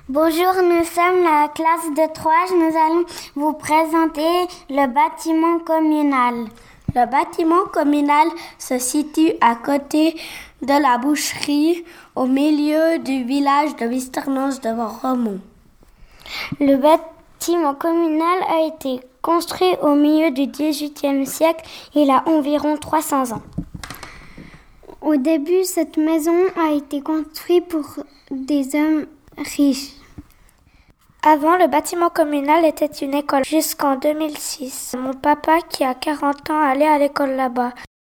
Bonjour, nous sommes la classe de 3. Nous allons vous présenter le bâtiment communal. Le bâtiment communal se situe à côté de la boucherie, au milieu du village de Misternos de Romont. Le bâtiment communal a été construit au milieu du XVIIIe siècle. Il a environ 300 ans. Au début, cette maison a été construite pour des hommes riches. Avant, le bâtiment communal était une école jusqu'en 2006. Mon papa, qui a 40 ans, allait à l'école là-bas.